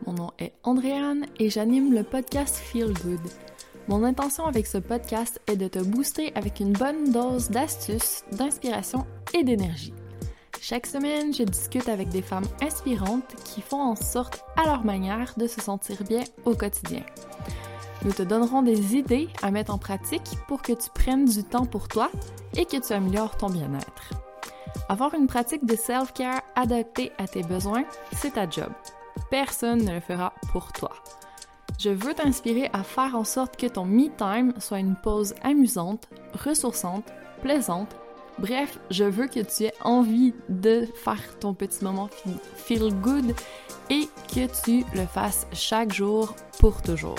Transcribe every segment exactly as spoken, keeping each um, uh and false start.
Mon nom est Andréane et j'anime le podcast Feel Good. Mon intention avec ce podcast est de te booster avec une bonne dose d'astuces, d'inspiration et d'énergie. Chaque semaine, je discute avec des femmes inspirantes qui font en sorte, à leur manière, de se sentir bien au quotidien. Nous te donnerons des idées à mettre en pratique pour que tu prennes du temps pour toi et que tu améliores ton bien-être. Avoir une pratique de self-care adaptée à tes besoins, c'est ta job. Personne ne le fera pour toi. Je veux t'inspirer à faire en sorte que ton me-time soit une pause amusante, ressourçante, plaisante. Bref, je veux que tu aies envie de faire ton petit moment feel good et que tu le fasses chaque jour pour toujours.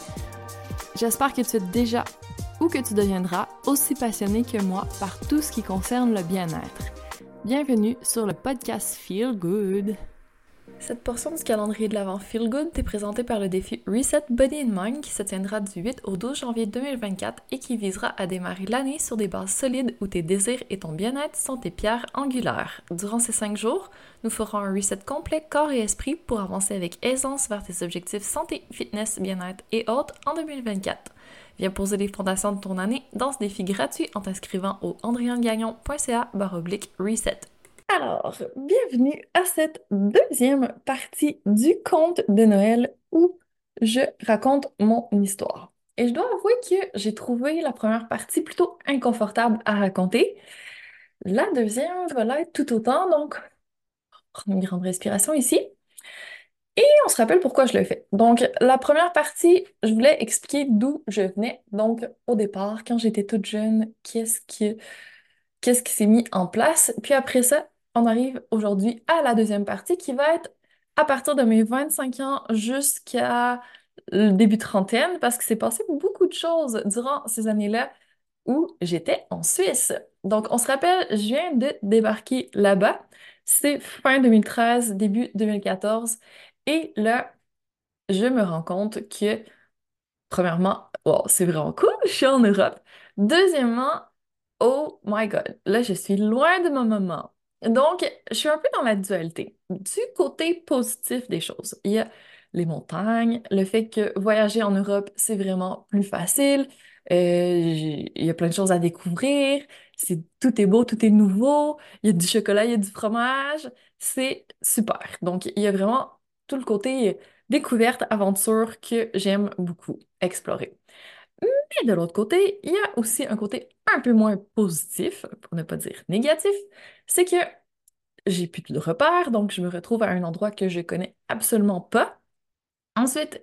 J'espère que tu es déjà ou que tu deviendras aussi passionné que moi par tout ce qui concerne le bien-être. Bienvenue sur le podcast Feel Good. Cette portion du calendrier de l'Avent Feel Good t'est présentée par le défi Reset Body and Mind qui se tiendra du huit au douze janvier deux mille vingt-quatre et qui visera à démarrer l'année sur des bases solides où tes désirs et ton bien-être sont tes pierres angulaires. Durant ces cinq jours, nous ferons un reset complet corps et esprit pour avancer avec aisance vers tes objectifs santé, fitness, bien-être et autres en deux mille vingt-quatre. Viens poser les fondations de ton année dans ce défi gratuit en t'inscrivant au andréangagnon.ca barre oblique reset. Alors, bienvenue à cette deuxième partie du conte de Noël où je raconte mon histoire. Et je dois avouer que j'ai trouvé la première partie plutôt inconfortable à raconter. La deuxième va l'être tout autant, donc prendre une grande respiration ici. Et on se rappelle pourquoi je le fais. Donc, la première partie, je voulais expliquer d'où je venais. Donc, au départ, quand j'étais toute jeune, qu'est-ce qui, qu'est-ce qui s'est mis en place. Puis après ça, on arrive aujourd'hui à la deuxième partie qui va être à partir de mes vingt-cinq ans jusqu'à le début trentaine, parce qu'il s'est passé beaucoup de choses durant ces années-là où j'étais en Suisse. Donc, on se rappelle, je viens de débarquer là-bas. C'est fin deux mille treize, début deux mille quatorze. Et là, je me rends compte que, premièrement, wow, c'est vraiment cool, je suis en Europe. Deuxièmement, oh my God, là, je suis loin de ma maman. Donc, je suis un peu dans la dualité. Du côté positif des choses, il y a les montagnes, le fait que voyager en Europe, c'est vraiment plus facile. Euh, j'ai- il y a plein de choses à découvrir. C'est, tout est beau, tout est nouveau. Il y a du chocolat, il y a du fromage. C'est super. Donc, il y a vraiment tout le côté découverte, aventure que j'aime beaucoup explorer. Et de l'autre côté, il y a aussi un côté un peu moins positif, pour ne pas dire négatif, c'est que j'ai plus de repères, donc je me retrouve à un endroit que je connais absolument pas. Ensuite,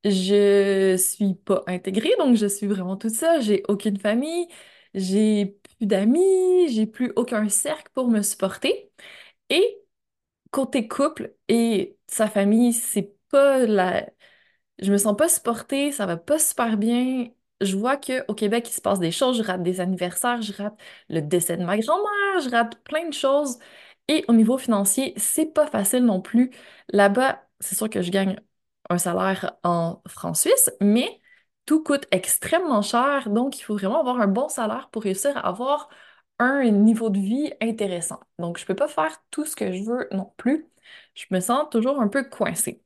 je suis pas intégrée, donc je suis vraiment toute seule, j'ai aucune famille, j'ai plus d'amis, j'ai plus aucun cercle pour me supporter. Et côté couple et sa famille, c'est pas la je me sens pas supportée, ça va pas super bien. Je vois qu'au Québec, il se passe des choses, je rate des anniversaires, je rate le décès de ma grand-mère, je rate plein de choses. Et au niveau financier, c'est pas facile non plus. Là-bas, c'est sûr que je gagne un salaire en francs suisses, mais tout coûte extrêmement cher, donc il faut vraiment avoir un bon salaire pour réussir à avoir un niveau de vie intéressant. Donc, je peux pas faire tout ce que je veux non plus. Je me sens toujours un peu coincée.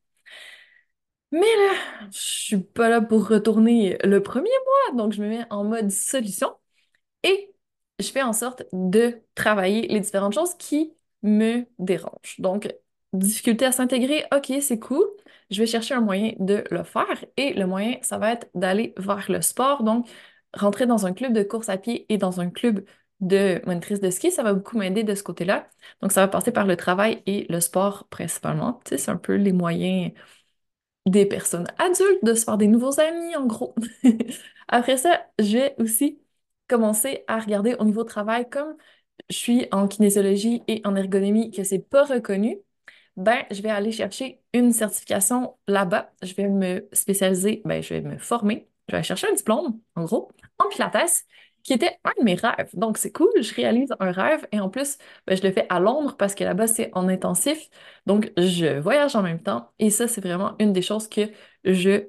Mais là, je suis pas là pour retourner le premier mois, donc je me mets en mode solution et je fais en sorte de travailler les différentes choses qui me dérangent. Donc, difficulté à s'intégrer, ok, c'est cool. Je vais chercher un moyen de le faire et le moyen, ça va être d'aller vers le sport. Donc, rentrer dans un club de course à pied et dans un club de monitrice de ski, ça va beaucoup m'aider de ce côté-là. Donc, ça va passer par le travail et le sport principalement. Tu sais, c'est un peu les moyens des personnes adultes, de se faire des nouveaux amis, en gros. Après ça, je vais aussi commencer à regarder au niveau travail, comme je suis en kinésiologie et en ergonomie, que c'est pas reconnu, ben, je vais aller chercher une certification là-bas. Je vais me spécialiser, ben, je vais me former. Je vais aller chercher un diplôme, en gros, en Pilates, qui était un de mes rêves. Donc, c'est cool, je réalise un rêve et en plus, ben, je le fais à Londres parce que là-bas, c'est en intensif. Donc, je voyage en même temps et ça, c'est vraiment une des choses que je,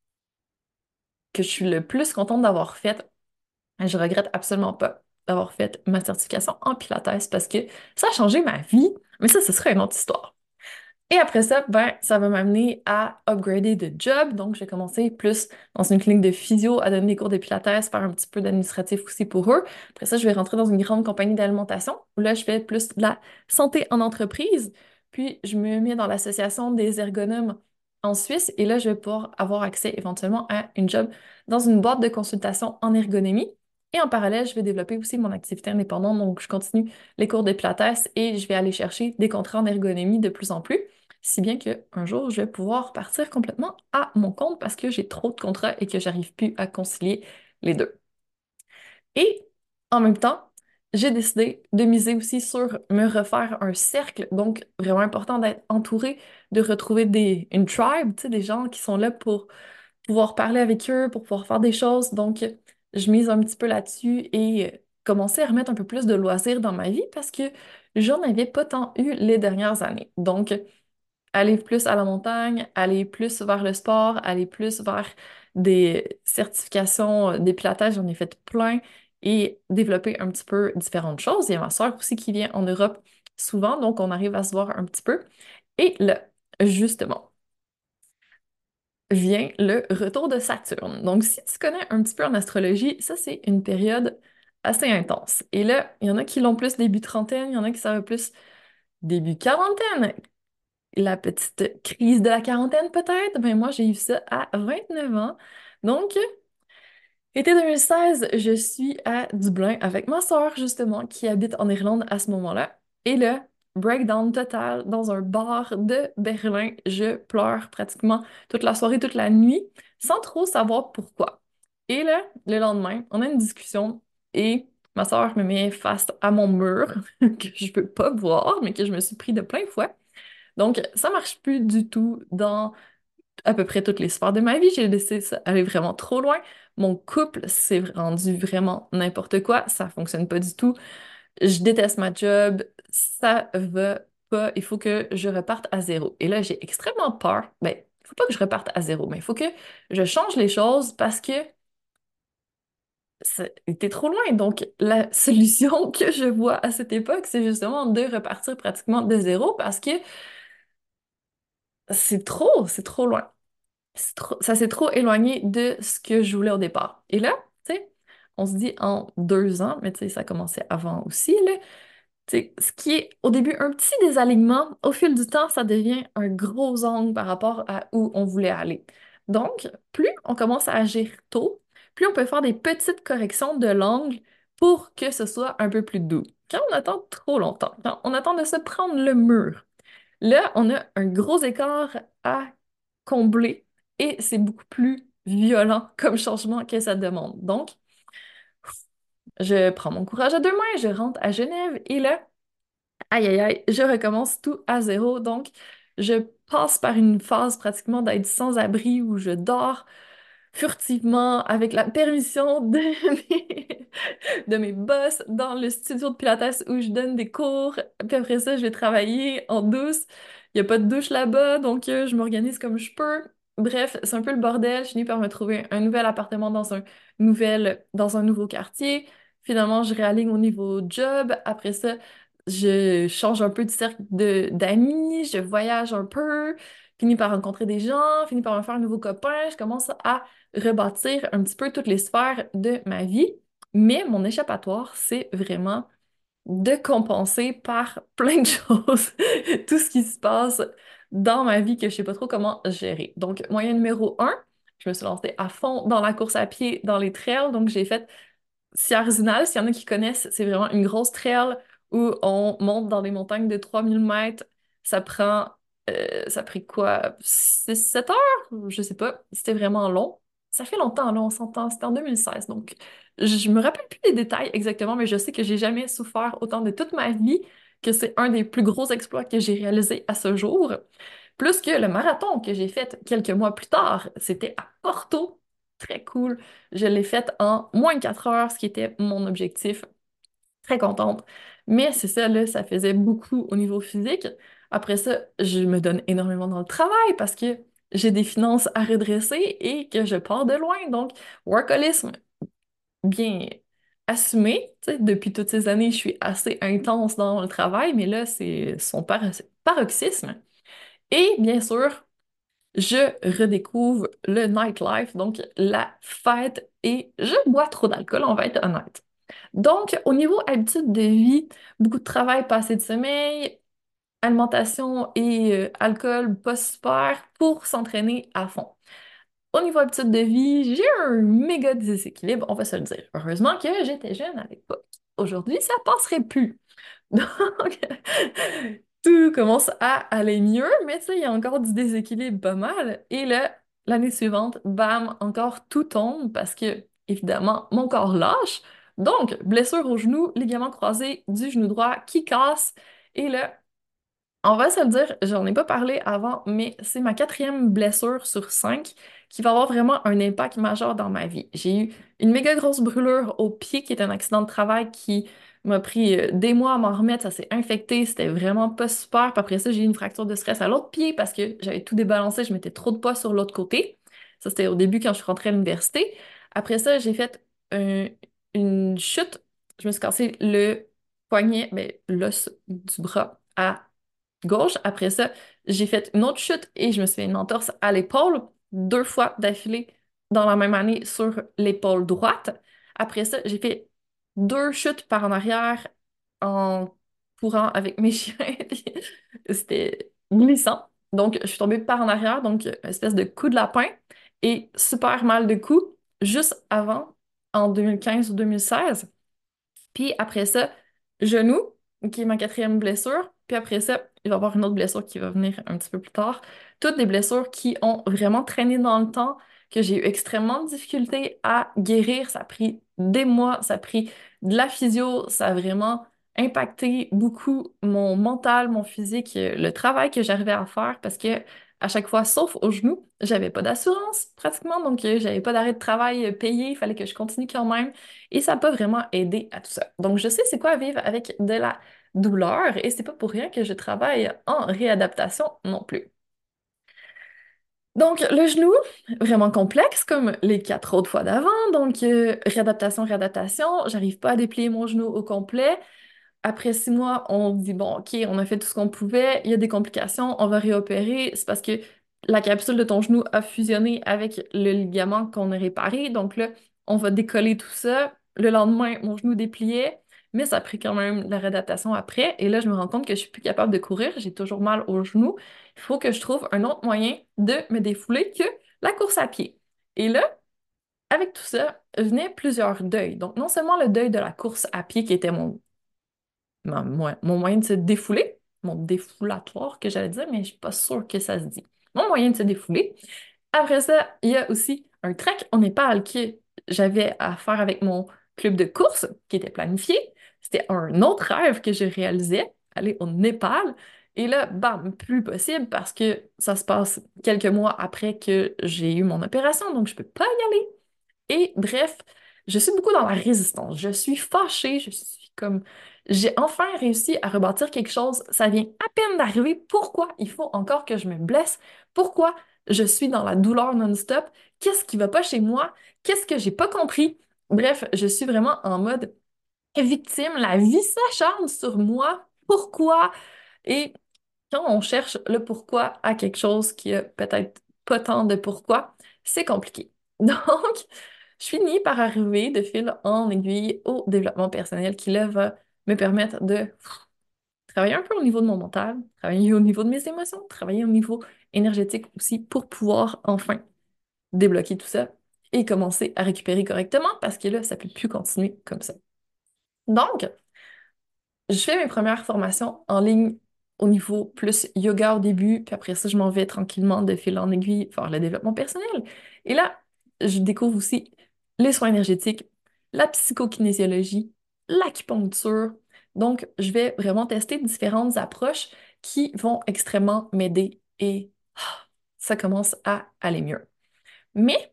que je suis le plus contente d'avoir faite. Je regrette absolument pas d'avoir fait ma certification en Pilates parce que ça a changé ma vie. Mais ça, ce serait une autre histoire. Et après ça, ben, ça va m'amener à upgrader de job. Donc, je vais commencer plus dans une clinique de physio à donner des cours de pilates, faire un petit peu d'administratif aussi pour eux. Après ça, je vais rentrer dans une grande compagnie d'alimentation où là, je fais plus de la santé en entreprise. Puis, je me mets dans l'association des ergonomes en Suisse et là, je vais pouvoir avoir accès éventuellement à une job dans une boîte de consultation en ergonomie. Et en parallèle, je vais développer aussi mon activité indépendante. Donc, je continue les cours de pilates et je vais aller chercher des contrats en ergonomie de plus en plus. Si bien qu'un jour, je vais pouvoir partir complètement à mon compte parce que j'ai trop de contrats et que j'arrive plus à concilier les deux. Et en même temps, j'ai décidé de miser aussi sur me refaire un cercle. Donc, vraiment important d'être entouré, de retrouver des, une tribe, tu sais, des gens qui sont là pour pouvoir parler avec eux, pour pouvoir faire des choses. Donc, je mise un petit peu là-dessus et euh, commencer à remettre un peu plus de loisirs dans ma vie parce que j'en avais pas tant eu les dernières années. Donc, aller plus à la montagne, aller plus vers le sport, aller plus vers des certifications, euh, des pilotages, j'en ai fait plein, et développer un petit peu différentes choses. Il y a ma soeur aussi qui vient en Europe souvent, donc on arrive à se voir un petit peu. Et là, justement, vient le retour de Saturne. Donc, si tu connais un petit peu en astrologie, ça, c'est une période assez intense. Et là, il y en a qui l'ont plus début trentaine, il y en a qui ça va plus début quarantaine, la petite crise de la quarantaine peut-être, ben moi j'ai eu ça à vingt-neuf ans. Donc, été deux mille seize, je suis à Dublin avec ma soeur justement qui habite en Irlande à ce moment-là. Et là, breakdown total dans un bar de Berlin. Je pleure pratiquement toute la soirée, toute la nuit, sans trop savoir pourquoi. Et là, le lendemain, on a une discussion et ma soeur me met face à mon mur que je peux pas voir, mais que je me suis pris de plein fouet. Donc, ça marche plus du tout dans à peu près toutes les sphères de ma vie. J'ai laissé ça aller vraiment trop loin. Mon couple s'est rendu vraiment n'importe quoi. Ça fonctionne pas du tout. Je déteste ma job. Ça va pas. Il faut que je reparte à zéro. Et là, j'ai extrêmement peur. Ben, il faut pas que je reparte à zéro, mais il faut que je change les choses parce que c'était trop loin. Donc, la solution que je vois à cette époque, c'est justement de repartir pratiquement de zéro parce que c'est trop, c'est trop loin. C'est trop- ça s'est trop éloigné de ce que je voulais au départ. Et là, tu sais, on se dit en deux ans, mais tu sais, ça commençait avant aussi, là. Tu sais, ce qui est au début un petit désalignement, au fil du temps, ça devient un gros angle par rapport à où on voulait aller. Donc, plus on commence à agir tôt, plus on peut faire des petites corrections de l'angle pour que ce soit un peu plus doux. Quand on attend trop longtemps, quand on attend de se prendre le mur, là, on a un gros écart à combler et c'est beaucoup plus violent comme changement que ça demande. Donc, je prends mon courage à deux mains, je rentre à Genève et là, aïe aïe aïe, je recommence tout à zéro. Donc, je passe par une phase pratiquement d'être sans abri où je dors furtivement avec la permission de mes, de mes boss dans le studio de Pilates où je donne des cours. Puis après ça, je vais travailler en douce. Il n'y a pas de douche là-bas, donc euh, je m'organise comme je peux. Bref, c'est un peu le bordel. Je finis par me trouver un nouvel appartement dans un nouvel, dans un nouveau quartier. Finalement, je réaligne au niveau job. Après ça, je change un peu de cercle de d'amis, je voyage un peu, finis par rencontrer des gens, finis par me faire un nouveau copain. Je commence à rebâtir un petit peu toutes les sphères de ma vie. Mais mon échappatoire, c'est vraiment de compenser par plein de choses tout ce qui se passe dans ma vie que je sais pas trop comment gérer. Donc, moyen numéro un, je me suis lancée à fond dans la course à pied, dans les trails. Donc, j'ai fait Sierre-Zinal, s'il y en a qui connaissent, c'est vraiment une grosse trail où on monte dans les montagnes de trois mille mètres. Ça prend, euh, ça a pris quoi, six sept heures? Je sais pas. C'était vraiment long. Ça fait longtemps, là, on s'entend. C'était en deux mille seize, donc je me rappelle plus des détails exactement, mais je sais que j'ai jamais souffert autant de toute ma vie, que c'est un des plus gros exploits que j'ai réalisé à ce jour. Plus que le marathon que j'ai fait quelques mois plus tard, c'était à Porto. Très cool. Je l'ai fait en moins de quatre heures, ce qui était mon objectif. Très contente. Mais c'est ça, là, ça faisait beaucoup au niveau physique. Après ça, je me donne énormément dans le travail parce que j'ai des finances à redresser et que je pars de loin. Donc, workaholisme bien assumé. Tu sais, depuis toutes ces années, je suis assez intense dans le travail, mais là, c'est son par- paroxysme. Et bien sûr, je redécouvre le nightlife, donc la fête, et je bois trop d'alcool, on va être honnête. Donc, au niveau habitude de vie, beaucoup de travail, pas assez de sommeil, alimentation et euh, alcool pas super pour s'entraîner à fond. Au niveau habitude de vie, j'ai un méga déséquilibre, on va se le dire. Heureusement que j'étais jeune à l'époque. Aujourd'hui, ça passerait plus. Donc, tout commence à aller mieux, mais tu sais, il y a encore du déséquilibre pas mal. Et là, l'année suivante, bam, encore tout tombe parce que, évidemment, mon corps lâche. Donc, blessure au genou, ligament croisé du genou droit qui casse. Et là, on va se le dire, j'en ai pas parlé avant, mais c'est ma quatrième blessure sur cinq qui va avoir vraiment un impact majeur dans ma vie. J'ai eu une méga grosse brûlure au pied qui est un accident de travail qui m'a pris euh, des mois à m'en remettre, ça s'est infecté, c'était vraiment pas super. Puis après ça, j'ai eu une fracture de stress à l'autre pied parce que j'avais tout débalancé, je mettais trop de poids sur l'autre côté. Ça, c'était au début quand je suis rentrée à l'université. Après ça, j'ai fait un- une chute. Je me suis cassé le poignet, mais l'os du bras à gauche. Après ça, j'ai fait une autre chute et je me suis fait une entorse à l'épaule deux fois d'affilée dans la même année sur l'épaule droite. Après ça, j'ai fait deux chutes par en arrière en courant avec mes chiens. Puis c'était glissant. Donc, je suis tombée par en arrière, donc une espèce de coup de lapin et super mal de cou juste avant, en deux mille quinze ou deux mille seize. Puis après ça, genou, qui est ma quatrième blessure. Puis après ça, il va y avoir une autre blessure qui va venir un petit peu plus tard. Toutes des blessures qui ont vraiment traîné dans le temps, que j'ai eu extrêmement de difficulté à guérir. Ça a pris des mois, ça a pris de la physio, ça a vraiment impacté beaucoup mon mental, mon physique, euh, le travail que j'arrivais à faire parce que à chaque fois, sauf au genou, j'avais pas d'assurance pratiquement, donc euh, j'avais pas d'arrêt de travail euh, payé, il fallait que je continue quand même. Et ça n'a pas vraiment aidé à tout ça. Donc, je sais c'est quoi vivre avec de la douleur et c'est pas pour rien que je travaille en réadaptation non plus. Donc, le genou, vraiment complexe comme les quatre autres fois d'avant. Donc, euh, réadaptation, réadaptation, j'arrive pas à déplier mon genou au complet. Après six mois, on dit, bon, OK, on a fait tout ce qu'on pouvait, il y a des complications, on va réopérer. C'est parce que la capsule de ton genou a fusionné avec le ligament qu'on a réparé. Donc là, on va décoller tout ça. Le lendemain, mon genou dépliait, mais ça a pris quand même la réadaptation après. Et là, je me rends compte que je suis plus capable de courir, j'ai toujours mal au genou. Il faut que je trouve un autre moyen de me défouler que la course à pied. Et là, avec tout ça, venaient plusieurs deuils. Donc, non seulement le deuil de la course à pied qui était mon mon, mo- mon moyen de se défouler, mon défoulatoire que j'allais dire, mais je suis pas sûre que ça se dit. Mon moyen de se défouler. Après ça, il y a aussi un trek au Népal que j'avais à faire avec mon club de course qui était planifié. C'était un autre rêve que je réalisais, aller au Népal. Et là, bam, plus possible parce que ça se passe quelques mois après que j'ai eu mon opération, donc je peux pas y aller. Et bref, je suis beaucoup dans la résistance. Je suis fâchée, je suis comme... J'ai enfin réussi à rebâtir quelque chose. Ça vient à peine d'arriver. Pourquoi il faut encore que je me blesse? Pourquoi je suis dans la douleur non-stop? Qu'est-ce qui va pas chez moi? Qu'est-ce que j'ai pas compris? Bref, je suis vraiment en mode victime. La vie s'acharne sur moi. Pourquoi? Et quand on cherche le pourquoi à quelque chose qui a peut-être pas tant de pourquoi, c'est compliqué. Donc, je finis par arriver de fil en aiguille au développement personnel qui, là, va me permettre de pff, travailler un peu au niveau de mon mental, travailler au niveau de mes émotions, travailler au niveau énergétique aussi pour pouvoir enfin débloquer tout ça et commencer à récupérer correctement parce que là, ça peut plus continuer comme ça. Donc, je fais mes premières formations en ligne au niveau plus yoga au début, puis après ça, je m'en vais tranquillement de fil en aiguille vers le développement personnel. Et là, je découvre aussi les soins énergétiques, la psychokinésiologie, l'acupuncture. Donc, je vais vraiment tester différentes approches qui vont extrêmement m'aider et ah, ça commence à aller mieux. Mais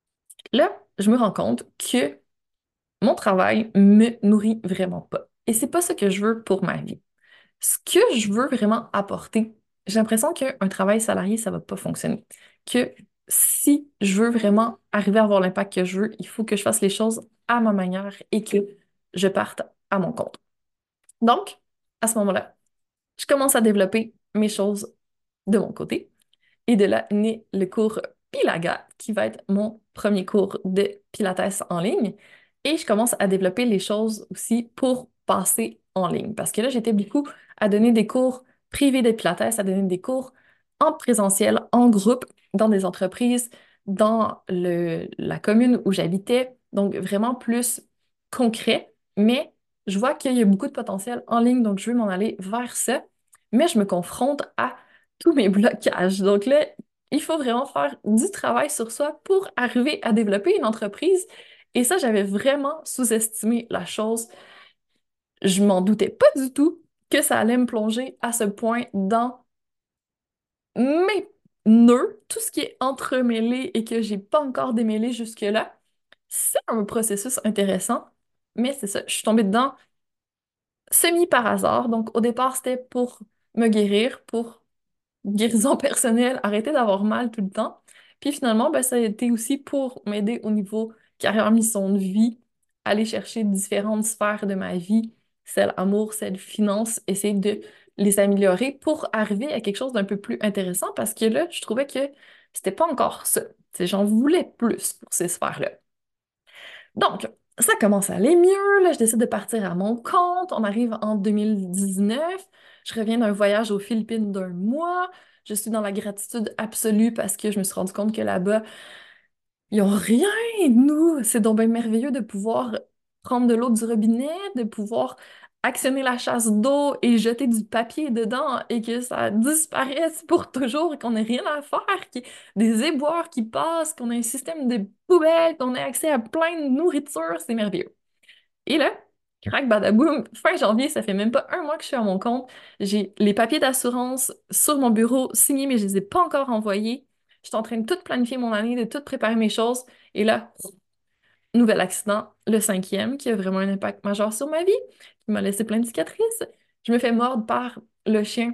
là, je me rends compte que mon travail me nourrit vraiment pas. Et c'est pas ce que je veux pour ma vie. Ce que je veux vraiment apporter, j'ai l'impression qu'un travail salarié, ça va pas fonctionner. Que si je veux vraiment arriver à avoir l'impact que je veux, il faut que je fasse les choses à ma manière et que je parte à mon compte. Donc, à ce moment-là, je commence à développer mes choses de mon côté. Et de là est né le cours Pilaga, qui va être mon premier cours de Pilates en ligne. Et je commence à développer les choses aussi pour passer en ligne. Parce que là, j'étais beaucoup à donner des cours privés de Pilates, à donner des cours en présentiel, en groupe, dans des entreprises, dans le, la commune où j'habitais. Donc, vraiment plus concret. Mais je vois qu'il y a beaucoup de potentiel en ligne, donc je veux m'en aller vers ça. Mais je me confronte à tous mes blocages. Donc là, il faut vraiment faire du travail sur soi pour arriver à développer une entreprise. Et ça, j'avais vraiment sous-estimé la chose. Je m'en doutais pas du tout que ça allait me plonger à ce point dans mes nœuds, tout ce qui est entremêlé et que j'ai pas encore démêlé jusque-là. C'est un processus intéressant, mais c'est ça, je suis tombée dedans semi par hasard. Donc au départ, c'était pour me guérir, pour guérison personnelle, arrêter d'avoir mal tout le temps. Puis finalement, ben, ça a été aussi pour m'aider au niveau carrière, mission de vie, aller chercher différentes sphères de ma vie, celle amour, celle finance, essayer de les améliorer pour arriver à quelque chose d'un peu plus intéressant parce que là, je trouvais que c'était pas encore ça. Tu sais, j'en voulais plus pour ces sphères-là. Donc, ça commence à aller mieux. Là, je décide de partir à mon compte. On arrive en deux mille dix-neuf. Je reviens d'un voyage aux Philippines d'un mois. Je suis dans la gratitude absolue parce que je me suis rendu compte que là-bas, ils ont rien, nous. C'est donc bien merveilleux de pouvoir prendre de l'eau du robinet, de pouvoir actionner la chasse d'eau et jeter du papier dedans et que ça disparaisse pour toujours et qu'on n'ait rien à faire, qu'il y ait des éboueurs qui passent, qu'on ait un système de poubelles, qu'on ait accès à plein de nourriture, c'est merveilleux. Et là, crac, badaboum, fin janvier, ça fait même pas un mois que je suis à mon compte. J'ai les papiers d'assurance sur mon bureau signés, mais je les ai pas encore envoyés. Je suis en train de tout planifier mon année, de tout préparer mes choses. Et là, nouvel accident, le cinquième, qui a vraiment un impact majeur sur ma vie, qui m'a laissé plein de cicatrices. Je me fais mordre par le chien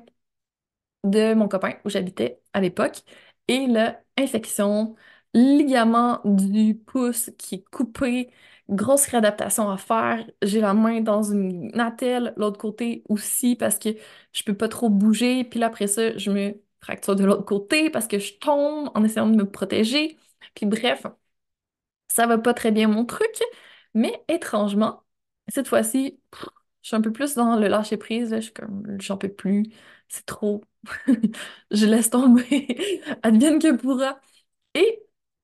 de mon copain où j'habitais à l'époque. Et là, infection, ligament du pouce qui est coupé, grosse réadaptation à faire. J'ai la main dans une attelle, l'autre côté aussi parce que je peux pas trop bouger. Puis là, après ça, je me fracture de l'autre côté parce que je tombe en essayant de me protéger. Puis bref, ça va pas très bien mon truc. Mais étrangement, cette fois-ci, pff, je suis un peu plus dans le lâcher prise. Là. Je suis comme, j'en peux plus. C'est trop. Je laisse tomber. Advienne que pourra. Et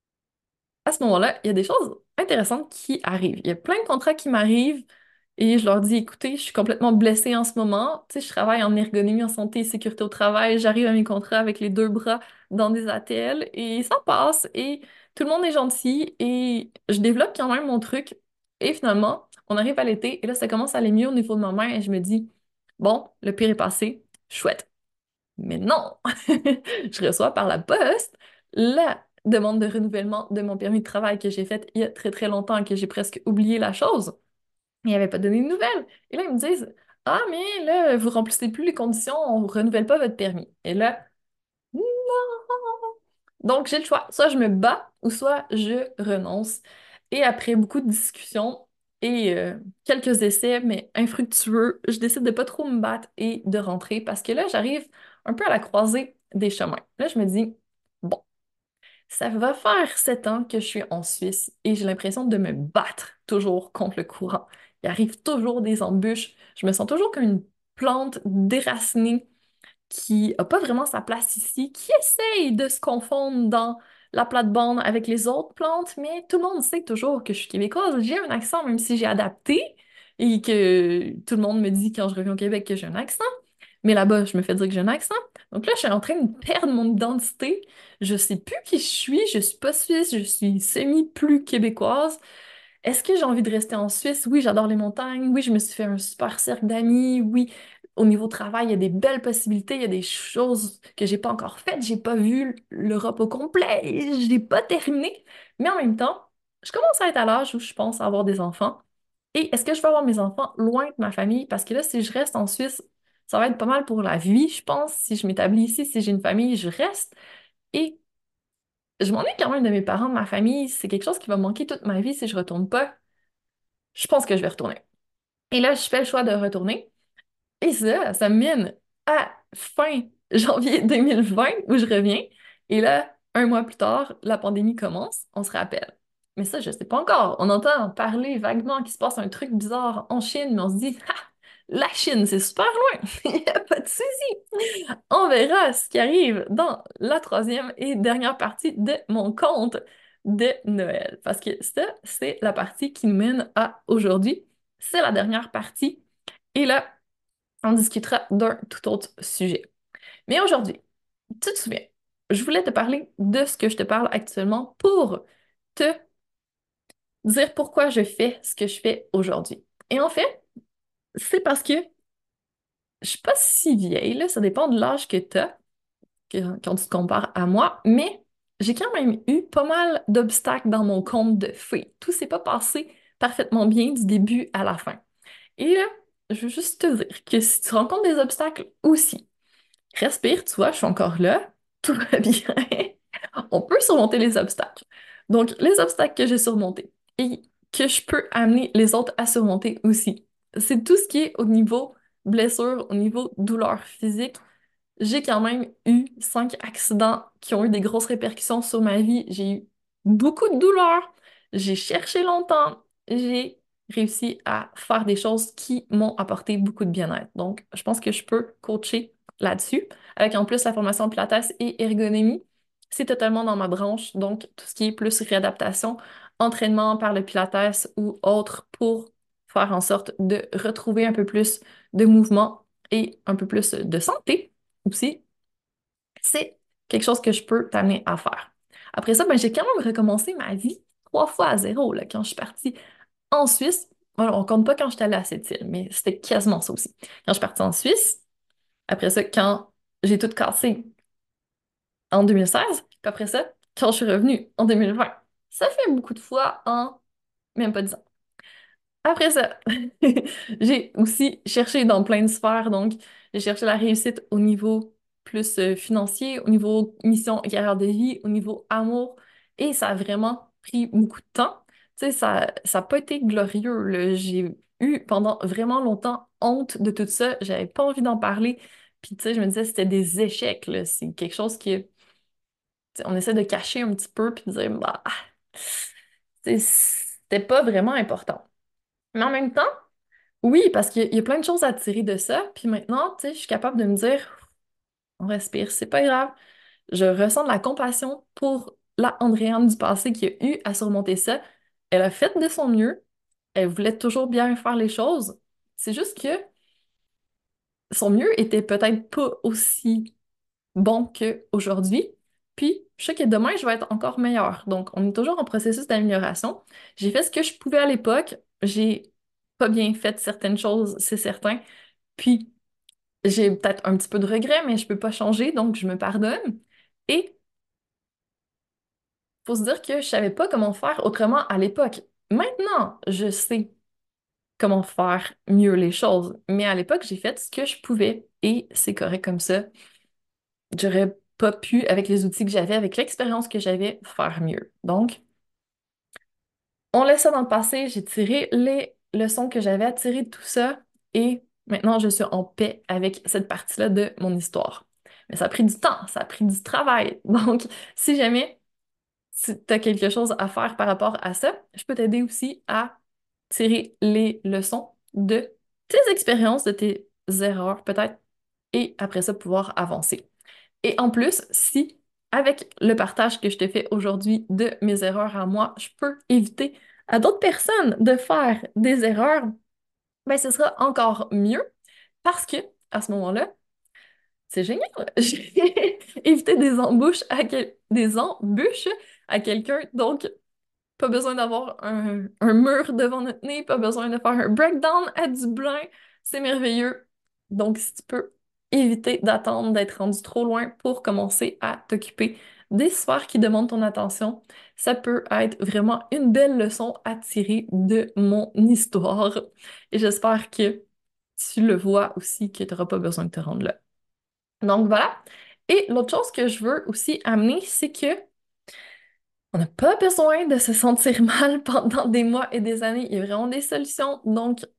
à ce moment-là, il y a des choses intéressantes qui arrivent. Il y a plein de contrats qui m'arrivent et je leur dis, écoutez, je suis complètement blessée en ce moment. Tu sais, je travaille en ergonomie, en santé et sécurité au travail. J'arrive à mes contrats avec les deux bras dans des A T L et ça passe et tout le monde est gentil et je développe quand même mon truc. Et finalement, on arrive à l'été et là, ça commence à aller mieux au niveau de ma main et je me dis, bon, le pire est passé, chouette. Mais non! Je reçois par la poste la demande de renouvellement de mon permis de travail que j'ai faite il y a très très longtemps et que j'ai presque oublié la chose. Ils n'avaient pas donné de nouvelles. Et là, ils me disent, ah, mais là, vous remplissez plus les conditions, on ne renouvelle pas votre permis. Et là, non! Donc, j'ai le choix. Soit je me bats ou soit je renonce. Et après beaucoup de discussions et euh, quelques essais, mais infructueux, je décide de pas trop me battre et de rentrer parce que là, j'arrive un peu à la croisée des chemins. Là, je me dis, bon, ça va faire sept ans que je suis en Suisse et j'ai l'impression de me battre toujours contre le courant. Il arrive toujours des embûches. Je me sens toujours comme une plante déracinée qui a pas vraiment sa place ici, qui essaye de se confondre dans la plate-bande avec les autres plantes, mais tout le monde sait toujours que je suis québécoise. J'ai un accent, même si j'ai adapté, et que tout le monde me dit quand je reviens au Québec que j'ai un accent. Mais là-bas, je me fais dire que j'ai un accent. Donc là, je suis en train de perdre mon identité. Je sais plus qui je suis. Je suis pas suisse. Je suis semi-plus québécoise. Est-ce que j'ai envie de rester en Suisse? Oui, j'adore les montagnes. Oui, je me suis fait un super cercle d'amis. Oui, au niveau travail, il y a des belles possibilités. Il y a des choses que j'ai pas encore faites. J'ai pas vu l'Europe au complet. Et je l'ai pas terminé. Mais en même temps, je commence à être à l'âge où je pense avoir des enfants. Et est-ce que je veux avoir mes enfants loin de ma famille? Parce que là, si je reste en Suisse, ça va être pas mal pour la vie, je pense. Si je m'établis ici, si j'ai une famille, je reste. Et je m'ennuie quand même de mes parents, de ma famille. C'est quelque chose qui va me manquer toute ma vie si je retourne pas. Je pense que je vais retourner. Et là, je fais le choix de retourner. Et ça, ça me mène à fin janvier deux mille vingt où je reviens. Et là, un mois plus tard, la pandémie commence, on se rappelle. Mais ça, je sais pas encore. On entend parler vaguement qu'il se passe un truc bizarre en Chine, mais on se dit, ah, la Chine, c'est super loin. Il n'y a pas de souci. On verra ce qui arrive dans la troisième et dernière partie de mon conte de Noël. Parce que ça, c'est la partie qui nous mène à aujourd'hui. C'est la dernière partie. Et là, on discutera d'un tout autre sujet. Mais aujourd'hui, tu te souviens, je voulais te parler de ce que je te parle actuellement pour te dire pourquoi je fais ce que je fais aujourd'hui. Et en fait, c'est parce que je suis pas si vieille, là, ça dépend de l'âge que tu as quand tu te compares à moi, mais j'ai quand même eu pas mal d'obstacles dans mon conte de fées. Tout s'est pas passé parfaitement bien du début à la fin. Et là, je veux juste te dire que si tu rencontres des obstacles aussi, respire, tu vois, je suis encore là, tout va bien. On peut surmonter les obstacles. Donc, les obstacles que j'ai surmontés et que je peux amener les autres à surmonter aussi, c'est tout ce qui est au niveau blessure, au niveau douleur physique. J'ai quand même eu cinq accidents qui ont eu des grosses répercussions sur ma vie. J'ai eu beaucoup de douleurs. J'ai cherché longtemps. J'ai réussi à faire des choses qui m'ont apporté beaucoup de bien-être. Donc, je pense que je peux coacher là-dessus. Avec en plus la formation Pilates et ergonomie, c'est totalement dans ma branche. Donc, tout ce qui est plus réadaptation, entraînement par le Pilates ou autre pour faire en sorte de retrouver un peu plus de mouvement et un peu plus de santé aussi, c'est quelque chose que je peux t'amener à faire. Après ça, ben, j'ai quand même recommencé ma vie trois fois à zéro là, quand je suis partie en Suisse. Voilà, on compte pas quand j'étais allée à cette île, mais c'était quasiment ça aussi. Quand je suis partie en Suisse, après ça, quand j'ai tout cassé en deux mille seize, puis après ça, quand je suis revenue en deux mille vingt. Ça fait beaucoup de fois en même pas dix ans. Après ça, j'ai aussi cherché dans plein de sphères, donc j'ai cherché la réussite au niveau plus euh, financier, au niveau mission et carrière de vie, au niveau amour, et ça a vraiment pris beaucoup de temps. Tu sais, ça ça n'a pas été glorieux, là. J'ai eu pendant vraiment longtemps honte de tout ça, j'avais pas envie d'en parler, puis tu sais, je me disais c'était des échecs, là. C'est quelque chose que, tu sais, on essaie de cacher un petit peu, puis de dire, bah, tu sais, c'était pas vraiment important. Mais en même temps, oui, parce qu'il y a il y a plein de choses à tirer de ça. Puis maintenant, tu sais, je suis capable de me dire, on respire, c'est pas grave. Je ressens de la compassion pour la Andréane du passé qui a eu à surmonter ça. Elle a fait de son mieux. Elle voulait toujours bien faire les choses. C'est juste que son mieux était peut-être pas aussi bon qu'aujourd'hui. Puis, je sais que demain, je vais être encore meilleure. Donc, on est toujours en processus d'amélioration. J'ai fait ce que je pouvais à l'époque. J'ai pas bien fait certaines choses, c'est certain. Puis, j'ai peut-être un petit peu de regret, mais je peux pas changer, donc je me pardonne. Et faut se dire que je savais pas comment faire autrement à l'époque. Maintenant, je sais comment faire mieux les choses, mais à l'époque, j'ai fait ce que je pouvais et c'est correct comme ça. J'aurais pas pu, avec les outils que j'avais, avec l'expérience que j'avais, faire mieux. Donc, on laisse ça dans le passé, j'ai tiré les leçons que j'avais à tirer de tout ça et maintenant je suis en paix avec cette partie-là de mon histoire. Mais ça a pris du temps, ça a pris du travail. Donc, si jamais tu as quelque chose à faire par rapport à ça, je peux t'aider aussi à tirer les leçons de tes expériences, de tes erreurs peut-être, et après ça pouvoir avancer. Et en plus, si avec le partage que je te fais aujourd'hui de mes erreurs à moi, je peux éviter à d'autres personnes de faire des erreurs, ben ce sera encore mieux parce que à ce moment-là, c'est génial. J'ai évité des embûches à quel- des embûches à quelqu'un. Donc, pas besoin d'avoir un, un mur devant notre nez, pas besoin de faire un breakdown à Dublin. C'est merveilleux. Donc, si tu peux éviter d'attendre d'être rendu trop loin pour commencer à t'occuper des sphères qui demandent ton attention, ça peut être vraiment une belle leçon à tirer de mon histoire. Et j'espère que tu le vois aussi, que tu n'auras pas besoin de te rendre là. Donc, voilà. Et l'autre chose que je veux aussi amener, c'est que on n'a pas besoin de se sentir mal pendant des mois et des années. Il y a vraiment des solutions. Donc,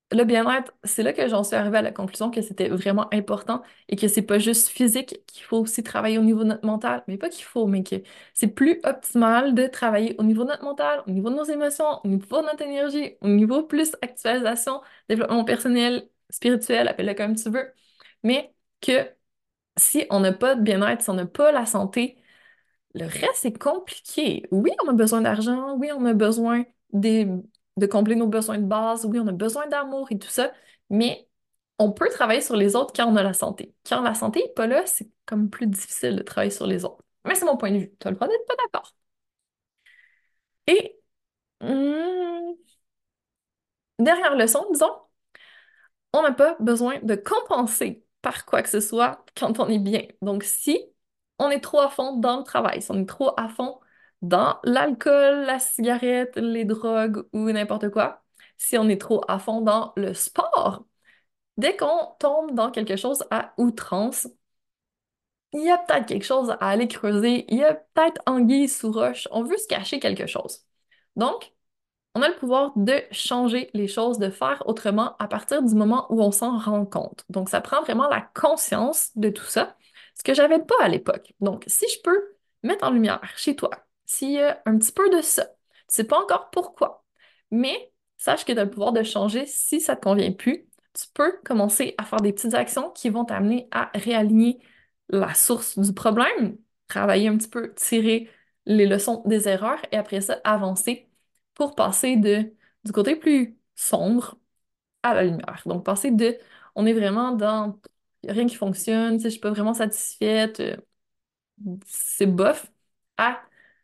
Le bien-être, c'est là que j'en suis arrivée à la conclusion que c'était vraiment important et que c'est pas juste physique, qu'il faut aussi travailler au niveau de notre mental. Mais pas qu'il faut, mais que c'est plus optimal de travailler au niveau de notre mental, au niveau de nos émotions, au niveau de notre énergie, au niveau plus actualisation, développement personnel, spirituel, appelle-le comme tu veux. Mais que si on n'a pas de bien-être, si on n'a pas la santé, le reste, c'est compliqué. Oui, on a besoin d'argent, oui, on a besoin des- de combler nos besoins de base, oui, on a besoin d'amour et tout ça, mais on peut travailler sur les autres quand on a la santé. Quand la santé n'est pas là, c'est comme plus difficile de travailler sur les autres. Mais c'est mon point de vue. Tu as le droit d'être pas d'accord. Et, hum, dernière leçon, disons, on n'a pas besoin de compenser par quoi que ce soit quand on est bien. Donc, si on est trop à fond dans le travail, si on est trop à fond dans l'alcool, la cigarette, les drogues ou n'importe quoi, si on est trop à fond dans le sport, dès qu'on tombe dans quelque chose à outrance, il y a peut-être quelque chose à aller creuser, il y a peut-être anguille sous roche, on veut se cacher quelque chose. Donc, on a le pouvoir de changer les choses, de faire autrement à partir du moment où on s'en rend compte. Donc, ça prend vraiment la conscience de tout ça, ce que j'avais pas à l'époque. Donc, si je peux mettre en lumière chez toi, s'il y a un petit peu de ça, tu sais pas encore pourquoi, mais sache que tu as le pouvoir de changer si ça te convient plus. Tu peux commencer à faire des petites actions qui vont t'amener à réaligner la source du problème, travailler un petit peu, tirer les leçons des erreurs et après ça, avancer pour passer de, du côté plus sombre à la lumière. Donc, passer de, on est vraiment dans, y a rien qui fonctionne, tu sais, je suis pas vraiment satisfaite, euh, c'est bof, à,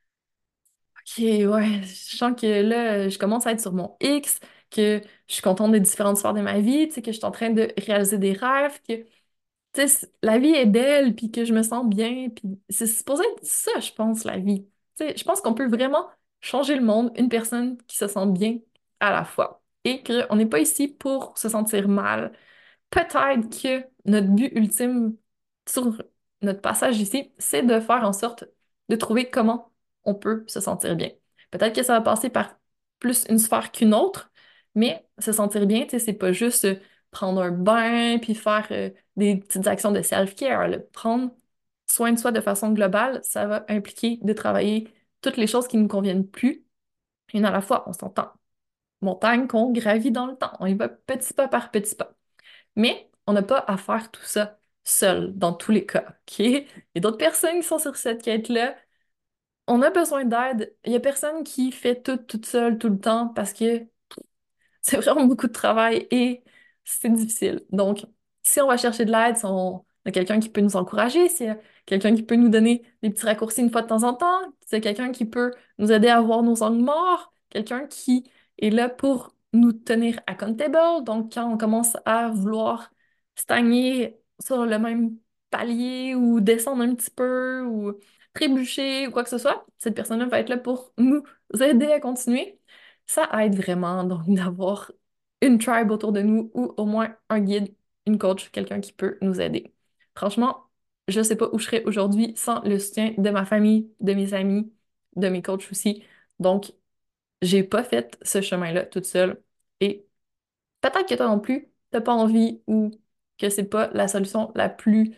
ok, ouais, je sens que là, je commence à être sur mon X, que je suis contente des différentes sphères de ma vie, tu sais, que je suis en train de réaliser des rêves, que tu sais, c- la vie est belle, puis que je me sens bien, puis c'est supposé être ça, je pense, la vie. Tu sais, je pense qu'on peut vraiment changer le monde, une personne qui se sent bien à la fois. Et qu'on n'est pas ici pour se sentir mal. Peut-être que notre but ultime sur notre passage ici, c'est de faire en sorte de trouver comment on peut se sentir bien. Peut-être que ça va passer par plus une sphère qu'une autre, mais se sentir bien, tu sais, c'est pas juste euh, prendre un bain puis faire euh, des petites actions de self-care, là. Prendre soin de soi de façon globale, ça va impliquer de travailler toutes les choses qui ne nous conviennent plus, une à la fois, on s'entend. Montagne qu'on gravit dans le temps. On y va petit pas par petit pas. Mais on n'a pas à faire tout ça seul, dans tous les cas, OK? Il y a d'autres personnes qui sont sur cette quête-là. On a besoin d'aide. Il y a personne qui fait tout toute seule tout le temps parce que c'est vraiment beaucoup de travail et c'est difficile. Donc, si on va chercher de l'aide, si on a quelqu'un qui peut nous encourager, s'il y a quelqu'un qui peut nous donner des petits raccourcis une fois de temps en temps, si c'est quelqu'un qui peut nous aider à voir nos angles morts, quelqu'un qui est là pour nous tenir accountable. Donc, quand on commence à vouloir stagner sur le même palier ou descendre un petit peu ou trébucher ou quoi que ce soit, cette personne-là va être là pour nous aider à continuer. Ça aide vraiment donc d'avoir une tribe autour de nous ou au moins un guide, une coach, quelqu'un qui peut nous aider. Franchement, je sais pas où je serais aujourd'hui sans le soutien de ma famille, de mes amis, de mes coachs aussi. Donc, j'ai pas fait ce chemin-là toute seule. Et peut-être que toi non plus, t'as pas envie ou que c'est pas la solution la plus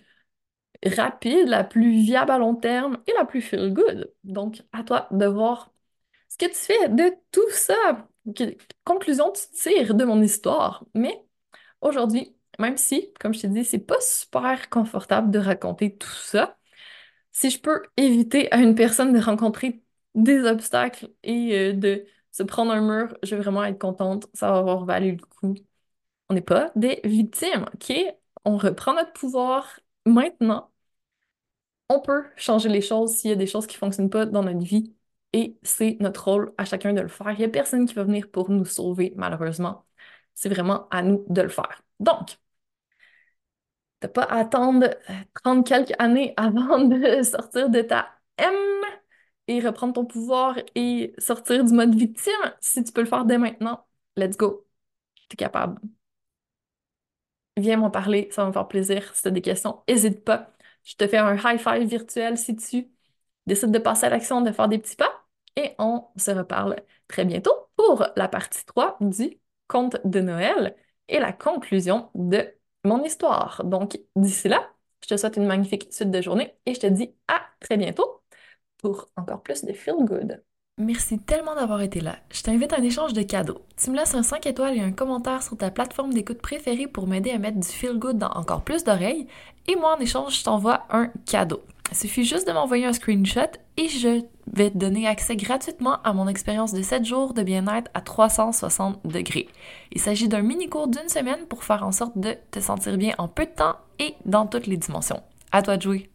rapide, la plus viable à long terme et la plus feel good. Donc, à toi de voir ce que tu fais de tout ça. Que- conclusion, tu tires de mon histoire. Mais aujourd'hui, même si, comme je t'ai dit, c'est pas super confortable de raconter tout ça, si je peux éviter à une personne de rencontrer des obstacles et euh, de se prendre un mur, je vais vraiment être contente. Ça va avoir valu le coup. On n'est pas des victimes, OK? On reprend notre pouvoir maintenant. On peut changer les choses s'il y a des choses qui ne fonctionnent pas dans notre vie et c'est notre rôle à chacun de le faire. Il n'y a personne qui va venir pour nous sauver, malheureusement. C'est vraiment à nous de le faire. Donc, t'as pas à attendre euh, trente quelques années avant de sortir de ta M et reprendre ton pouvoir et sortir du mode victime. Si tu peux le faire dès maintenant, let's go. T'es capable. Viens m'en parler, ça va me faire plaisir. Si tu as des questions, n'hésite pas. Je te fais un high five virtuel si tu décides de passer à l'action, de faire des petits pas. Et on se reparle très bientôt pour la partie trois du conte de Noël. et la conclusion de mon histoire. Donc, d'ici là, je te souhaite une magnifique suite de journée et je te dis à très bientôt pour encore plus de Feel Good. Merci tellement d'avoir été là. Je t'invite à un échange de cadeaux. Tu me laisses un cinq étoiles et un commentaire sur ta plateforme d'écoute préférée pour m'aider à mettre du Feel Good dans encore plus d'oreilles. Et moi, en échange, je t'envoie un cadeau. Il suffit juste de m'envoyer un screenshot et je vais te donner accès gratuitement à mon expérience de sept jours de bien-être à trois cent soixante degrés. Il s'agit d'un mini-cours d'une semaine pour faire en sorte de te sentir bien en peu de temps et dans toutes les dimensions. À toi de jouer!